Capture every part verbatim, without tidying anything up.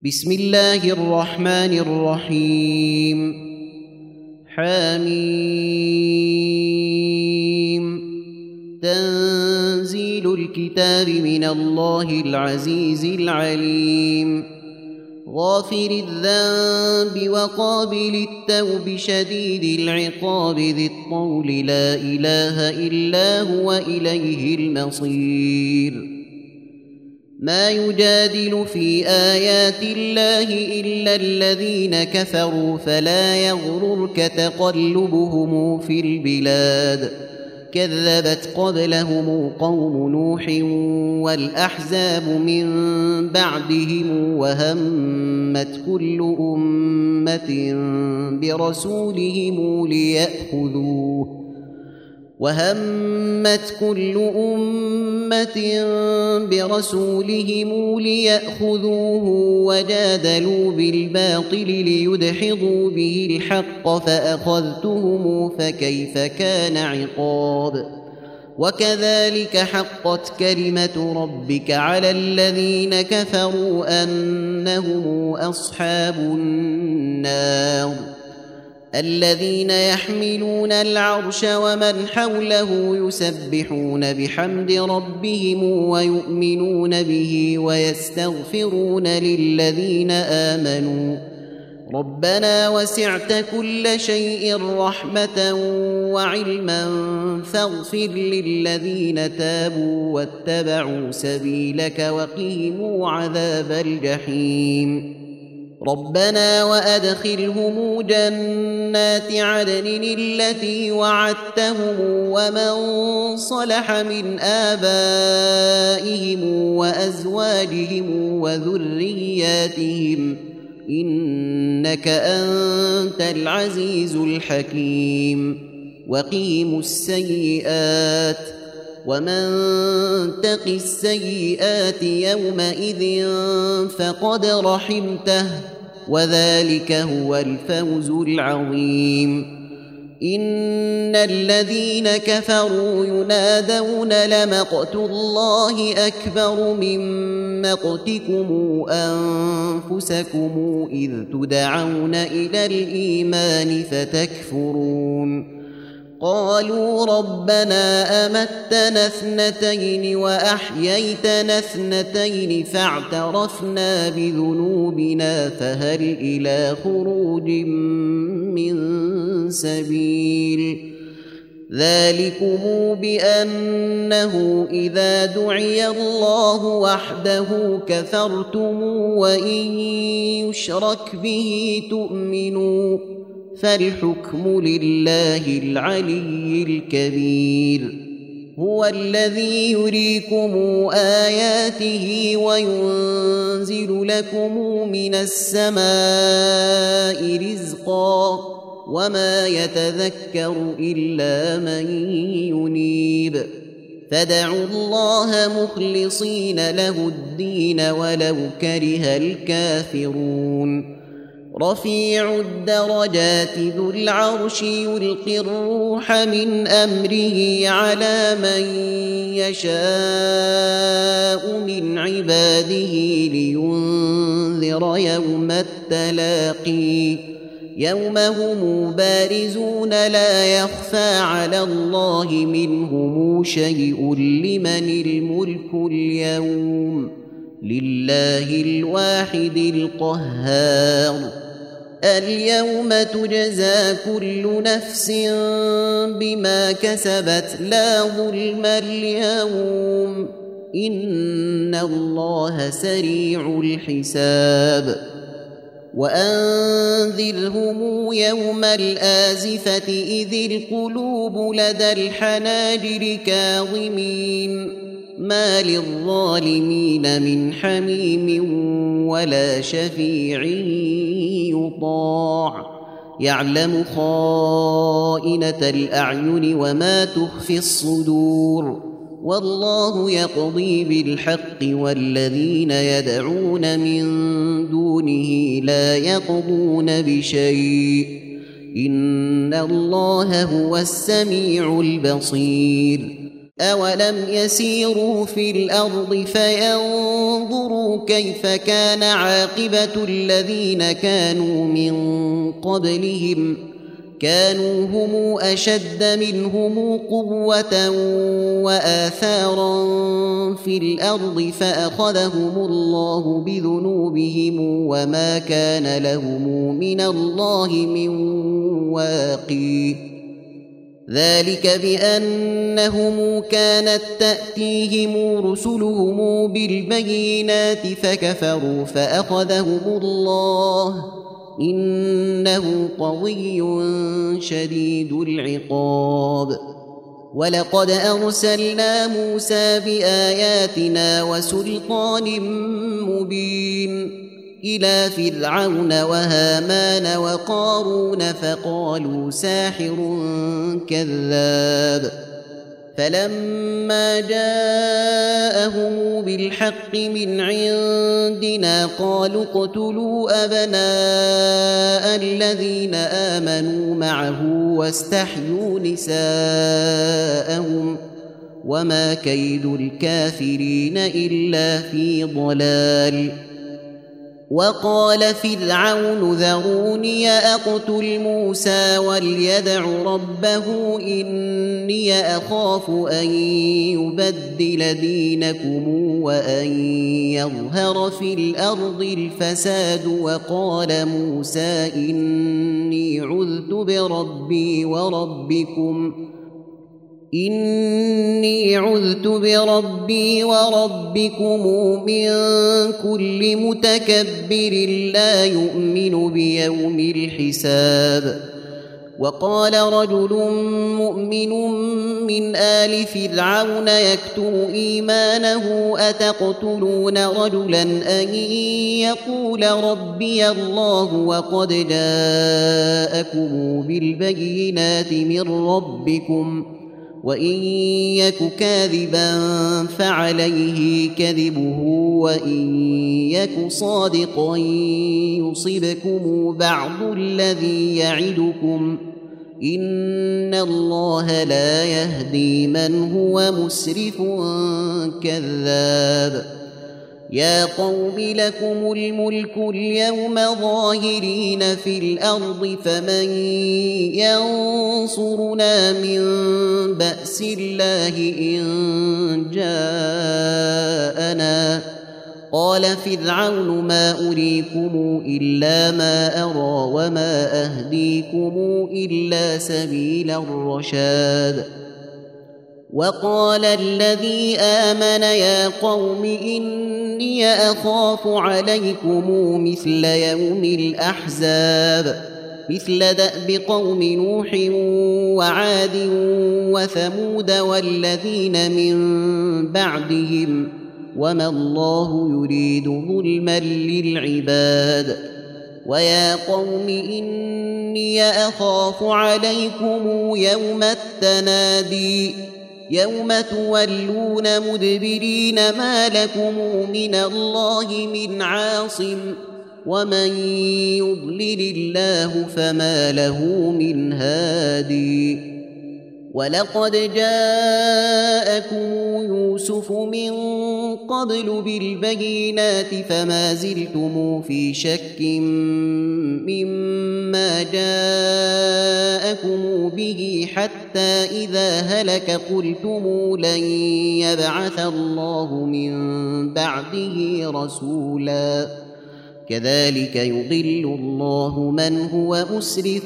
بسم الله الرحمن الرحيم. حميم. تنزيل الكتاب من الله العزيز العليم. غافر الذنب وقابل التوب شديد العقاب ذي الطول لا إله إلا هو إليه المصير. ما يجادل في آيات الله إلا الذين كفروا فلا يغررك تقلبهم في البلاد. كذبت قبلهم قوم نوح والأحزاب من بعدهم وهمت كل أمة برسولهم ليأخذوه وهمت كل أمة برسولهم ليأخذوه وجادلوا بالباطل ليدحضوا به الحق فأخذتهم فكيف كان عقاب. وكذلك حقت كلمة ربك على الذين كفروا أنهم أصحاب النار. الذين يحملون العرش ومن حوله يسبحون بحمد ربهم ويؤمنون به ويستغفرون للذين آمنوا ربنا وسعت كل شيء رحمة وعلما فاغفر للذين تابوا واتبعوا سبيلك وقهم عذاب الجحيم. ربنا وأدخلهم جنات عدن التي وعدتهم ومن صلح من آبائهم وأزواجهم وذرياتهم إنك أنت العزيز الحكيم. وقيموا السيئات ومن تق السيئات يومئذ فقد رحمته وذلك هو الفوز العظيم. إن الذين كفروا ينادون لمقت الله أكبر من مقتكم أنفسكم إذ تدعون إلى الإيمان فتكفرون. قالوا ربنا أمتنا اثنتين وأحييتنا اثنتين فاعترفنا بذنوبنا فهل إلى خروج من سبيل. ذلكم بأنه إذا دعي الله وحده كفرتم وإن يشرك به تؤمنوا فالحكم لله العلي الكبير. هو الذي يريكم آياته وينزل لكم من السماء رزقا وما يتذكر إلا من ينيب. فادعوا الله مخلصين له الدين ولو كره الكافرون. رفيع الدرجات ذو العرش يلقي الروح من أمره على من يشاء من عباده لينذر يوم التلاقي يوم هم بارزون لا يخفى على الله منهم شيء لمن الملك اليوم لله الواحد القهار. اليوم تجزى كل نفس بما كسبت لا ظلم اليوم إن الله سريع الحساب. وأنذرهم يوم الآزفة إذ القلوب لدى الحناجر كاظمين ما للظالمين من حميم ولا شفيع يطاع يعلم خائنة الأعين وما تخفي الصدور والله يقضي بالحق والذين يدعون من دونه لا يقضون بشيء إن الله هو السميع البصير. أولم يسيروا في الأرض فينظروا كيف كان عاقبة الذين كانوا من قبلهم كانوا هم أشد منهم قوة وآثارا في الأرض فأخذهم الله بذنوبهم وما كان لهم من الله من واق ذلك بأنهم كانت تأتيهم رسلهم بالبينات فكفروا فأخذهم الله إنه قوي شديد العقاب ولقد أرسلنا موسى بآياتنا وسلطان مبين إلى فرعون وهامان وقارون فقالوا ساحر كذاب فلما جاءهم بالحق من عندنا قالوا اقتلوا أبناء الذين آمنوا معه واستحيوا نساءهم وما كيد الكافرين إلا في ضلال وقال فرعون ذروني أقتل موسى وليدع ربه إني أخاف أن يبدل دينكم وأن يظهر في الأرض الفساد وقال موسى إني عذت بربي وربكم إني عذت بربي وربكم من كل متكبر لا يؤمن بيوم الحساب وقال رجل مؤمن من آل فرعون يكتم إيمانه أتقتلون رجلا أن يقول ربي الله وقد جاءكم بالبينات من ربكم وإن يك كاذبا فعليه كذبه وإن يك صادقا يصبكم بعض الذي يعدكم إن الله لا يهدي من هو مسرف كذاب يا قوم لكم الملك اليوم ظاهرين في الأرض فمن ينصرنا من بأس الله إن جاءنا قال فرعون ما أريكم إلا ما أرى وما أهديكم إلا سبيل الرشاد وقال الذي آمن يا قوم إني أخاف عليكم مثل يوم الأحزاب مثل دأب قوم نوح وعاد وثمود والذين من بعدهم وما الله يريد ظلما للعباد ويا قوم إني أخاف عليكم يوم التنادي يوم تولون مدبرين ما لكم من الله من عاصم ومن يضلل الله فما له من هادي ولقد جاءكم يوسف من قبل بالبينات فما زلتم في شك مما جاءكم به حتى إذا هلك قلتم لن يبعث الله من بعده رسولا كذلك يضل الله من هو مسرف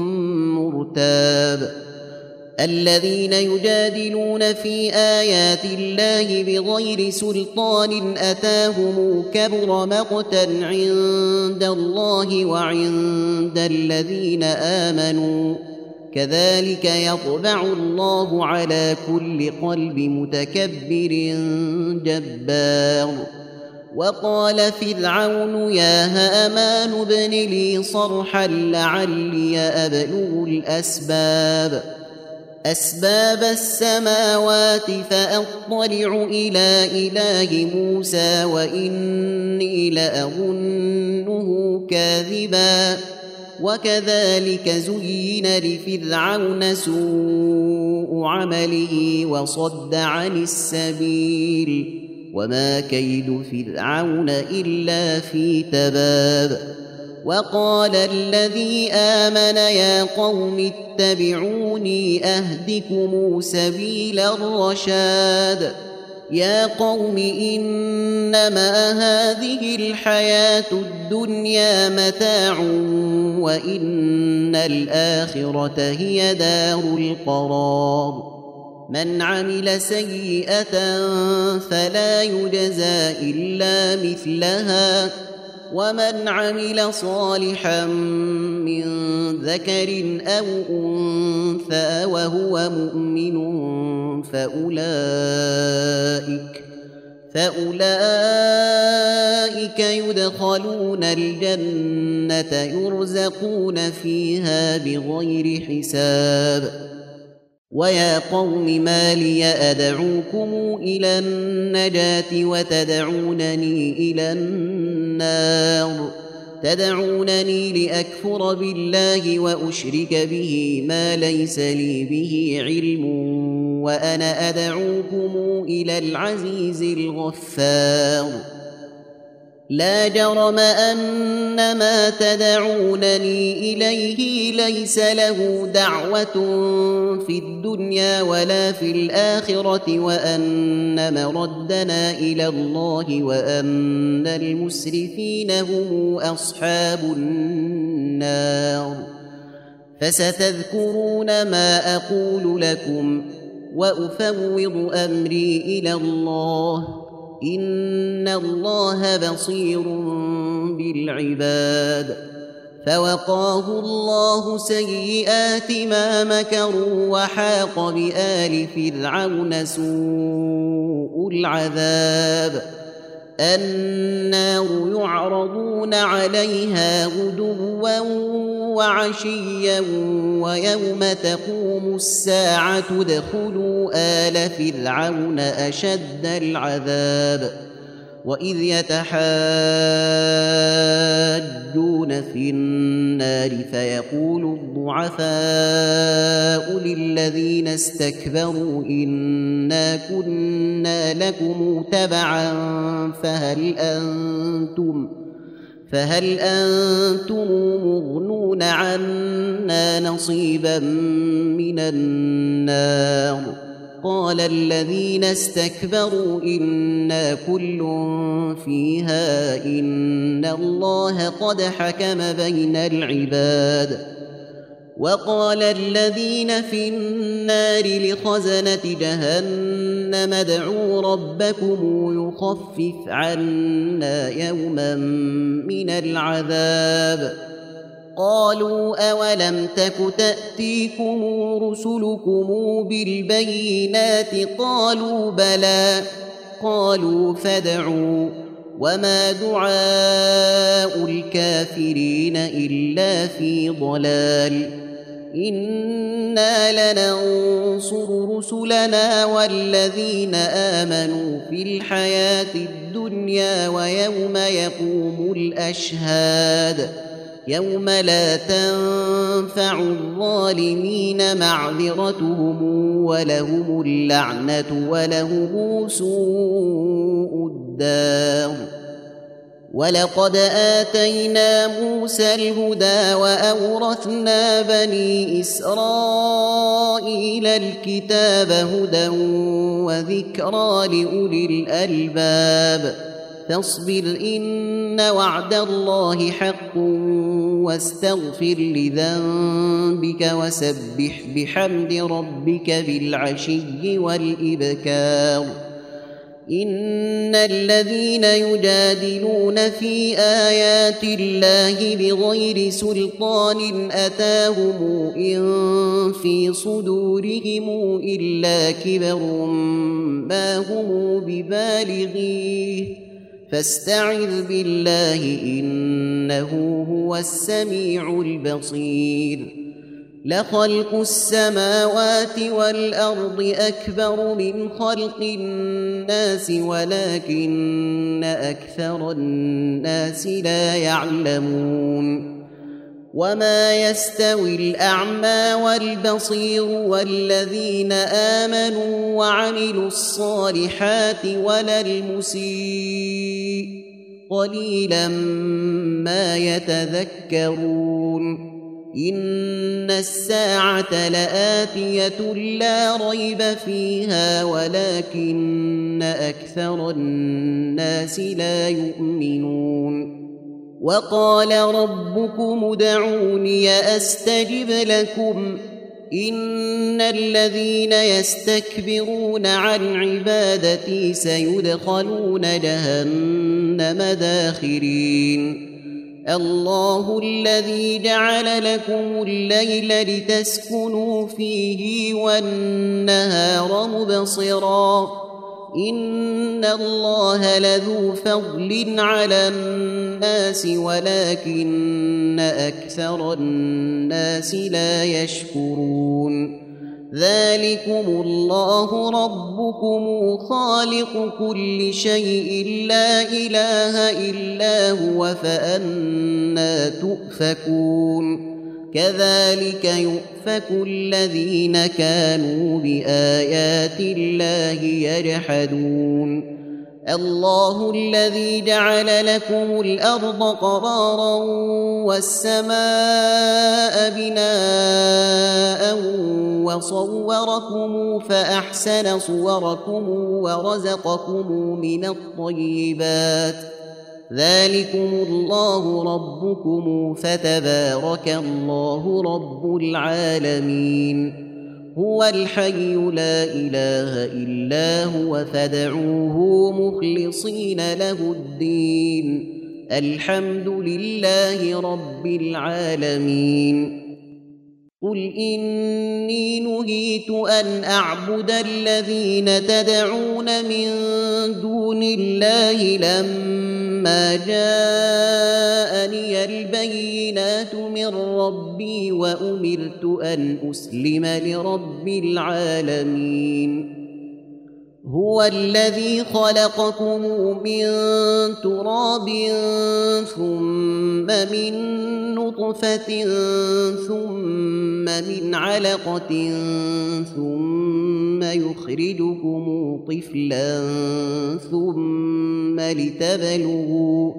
مرتاب الذين يجادلون في آيات الله بغير سلطان أتاهم كبر مقتا عند الله وعند الذين آمنوا كذلك يطبع الله على كل قلب متكبر جبار وقال فرعون يا هامان ابن لي صرحا لعلي أبلغ الأسباب أسباب السماوات فأطلع إلى إله موسى وإني لأظنه كاذبا وكذلك زين لفرعون سوء عمله وصد عن السبيل وما كيد فرعون إلا في تباب. وقال الذي آمن يا قوم اتبعوني أهدكم سبيل الرشاد. يا قوم إنما هذه الحياة الدنيا متاع وإن الآخرة هي دار القرار. من عمل سيئة فلا يجزى إلا مثلها ومن عمل صالحا من ذكر أو أنثى وهو مؤمن فأولئك فأولئك يدخلون الجنة يرزقون فيها بغير حساب. ويا قوم ما لي أدعوكم إلى النجاة وتدعونني إلى النار تدعونني لأكفر بالله وأشرك به ما ليس لي به علم وأنا أدعوكم إلى العزيز الغفار. لا جرم أن ما تدعونني إليه ليس له دعوة في الدنيا ولا في الآخرة وأن مردنا إلى الله وأن المسرفين هم أصحاب النار. فستذكرون ما أقول لكم وأفوض أمري إلى الله إن الله بصير بالعباد. فوقاه الله سيئات ما مكروا وحاق بآل فرعون سوء العذاب. النار يعرضون عليها غدوا وعشيا ويوم تقوم الساعة ادخلوا آل فرعون أشد العذاب. وإذ يتحاجون في النار فيقول الضعفاء للذين استكبروا إنا كنا لكم تبعا فهل أنتم فهل أنتم مغنون عنا نصيبا من النار. قال الذين استكبروا إنا كل فيها إن الله قد حكم بين العباد. وقال الذين في النار لخزنة جهنم ادعوا ربكم يخفف عنا يوما من العذاب. قالوا أولم تك تأتيكم رسلكم بالبينات قالوا بلى قالوا فادعوا وما دعاء الكافرين إلا في ضلال. إنا لننصر رسلنا والذين آمنوا في الحياة الدنيا ويوم يقوم الأشهاد يوم لا تنفع الظالمين معذرتهم ولهم اللعنة ولهم سوء الدار. ولقد آتينا موسى الهدى وأورثنا بني إسرائيل الكتاب هدى وذكرى لأولي الألباب. فاصبر إن وعد الله حق واستغفر لذنبك وسبح بحمد ربك بالعشي والإبكار. إن الذين يجادلون في آيات الله بغير سلطان أتاهم إن في صدورهم إلا كبر ما هم ببالغيه فاستعذ بالله إنه هو السميع البصير. لخلق السماوات والأرض أكبر من خلق الناس ولكن أكثر الناس لا يعلمون. وما يستوي الأعمى والبصير والذين آمنوا وعملوا الصالحات ولا المسيء قليلا ما يتذكرون إن الساعة لآتية لا ريب فيها ولكن أكثر الناس لا يؤمنون وقال ربكم ادعوني أستجب لكم إن الذين يستكبرون عن عبادتي سيدخلون جهنم داخرين الله الذي جعل لكم الليل لتسكنوا فيه والنهار مبصرا إن الله لذو فضل على الناس ولكن أكثر الناس لا يشكرون ذلكم الله ربكم خالق كل شيء لا إله إلا هو فأنى تؤفكون كذلك يؤفك الذين كانوا بآيات الله يجحدون الله الذي جعل لكم الأرض قرارا والسماء بناء وصوركم فأحسن صوركم ورزقكم من الطيبات ذلكم الله ربكم فتبارك الله رب العالمين هو الحي لا إله إلا هو فادعوه مخلصين له الدين الحمد لله رب العالمين قل إني نهيت أن أعبد الذين تدعون من دون الله لما جاءني البينات من ربي وأمرت أن أسلم لرب العالمين هو الذي خلقكم من تراب ثم من نطفة ثم من علقة ثم يخرجكم طفلا ثم لتبلغوا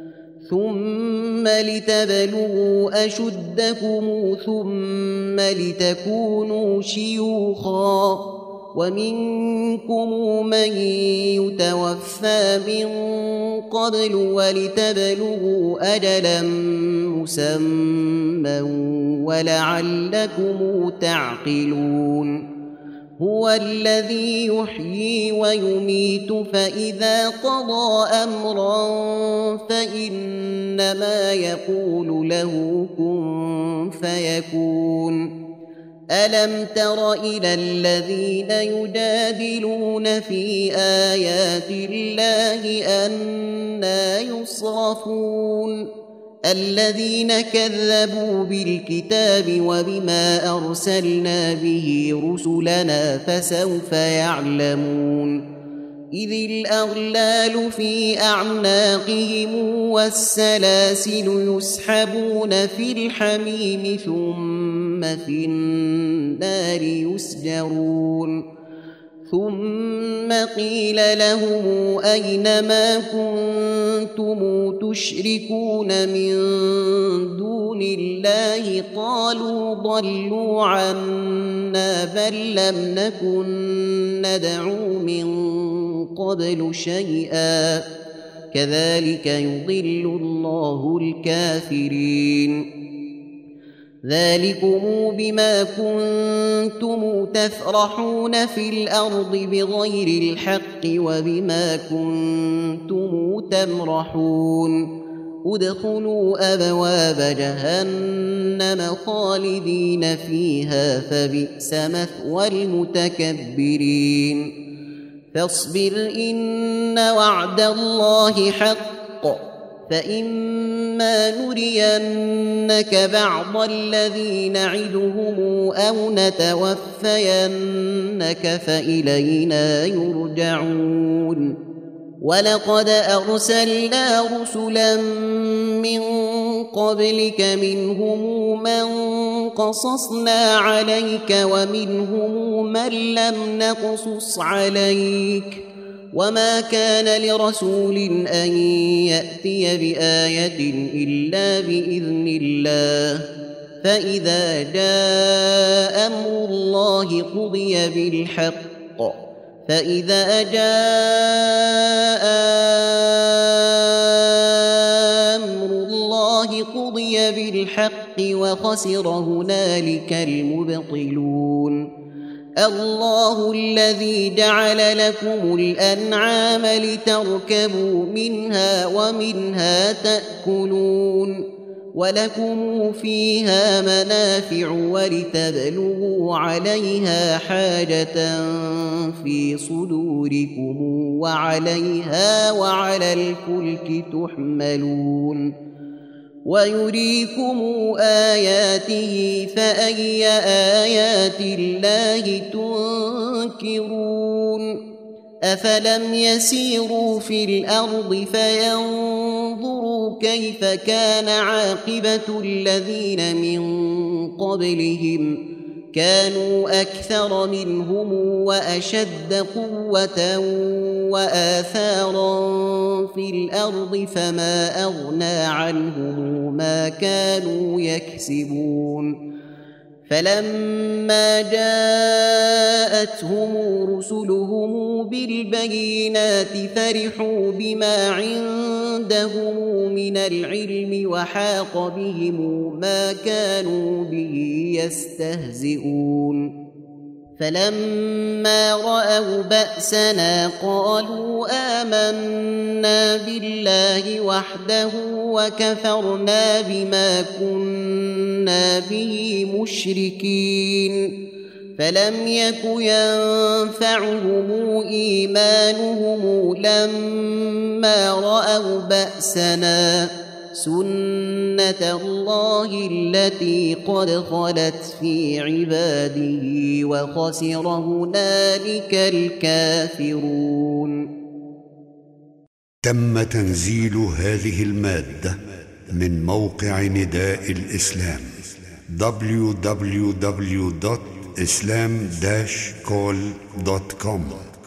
ثم لتبلغوا أشدكم ثم لتكونوا شيوخا ومنكم من يتوفى من قبل ولتبلغوا أجلا مسمى ولعلكم تعقلون هو الذي يحيي ويميت فإذا قضى أمرا فإنما يقول له كن فيكون ألم تر إلى الذين يجادلون في آيات الله أنى يصرفون الذين كذبوا بالكتاب وبما أرسلنا به رسلنا فسوف يعلمون إذ الأغلال في أعناقهم والسلاسل يسحبون في الحميم ثم في النار يسجرون ثم قيل لهم أين ما كنتم تشركون من دون الله قالوا ضلوا عنا بل لم نكن ندعو من قبل شيئا كذلك يضل الله الكافرين ذلكم بما كنتم تفرحون في الأرض بغير الحق وبما كنتم تمرحون ادخلوا أبواب جهنم خالدين فيها فبئس مثوى المتكبرين فاصبر إن وعد الله حق فإما نرينك بعض الذي نعدهم أو نتوفينك فإلينا يرجعون ولقد أرسلنا رسلا من قبلك منهم من قصصنا عليك ومنهم من لم نقصص عليك وما كان لرسول أن يأتي بآية إلا بإذن الله فإذا جاء أمر الله قضي بالحق فإذا جاء أمر الله قضي بالحق وخسر هنالك المبطلون الله الذي جعل لكم الأنعام لتركبوا منها ومنها تأكلون ولكم فيها منافع ولتبلغوا عليها حاجة في صدوركم وعليها وعلى الفلك تحملون ويريكم آياته فأي آيات الله تنكرون أفلم يسيروا في الأرض فينظروا كيف كان عاقبة الذين من قبلهم كانوا أكثر منهم وأشد قوة وآثارا في الأرض فما أغنى عنهم ما كانوا يكسبون فلما جاءتهم رسلهم بالبينات فرحوا بما عندهم من العلم وحاق بهم ما كانوا به يستهزئون فلما رأوا بأسنا قالوا آمنا بالله وحده وكفرنا بما كنا به مشركين فلم يك ينفعهم إيمانهم لما رأوا بأسنا سنة الله التي قد خلت في عباده وخسر هنالك الكافرون. تم تنزيل هذه المادة من موقع نداء الإسلام دبليو دبليو دبليو دوت إسلام داش كول دوت كوم.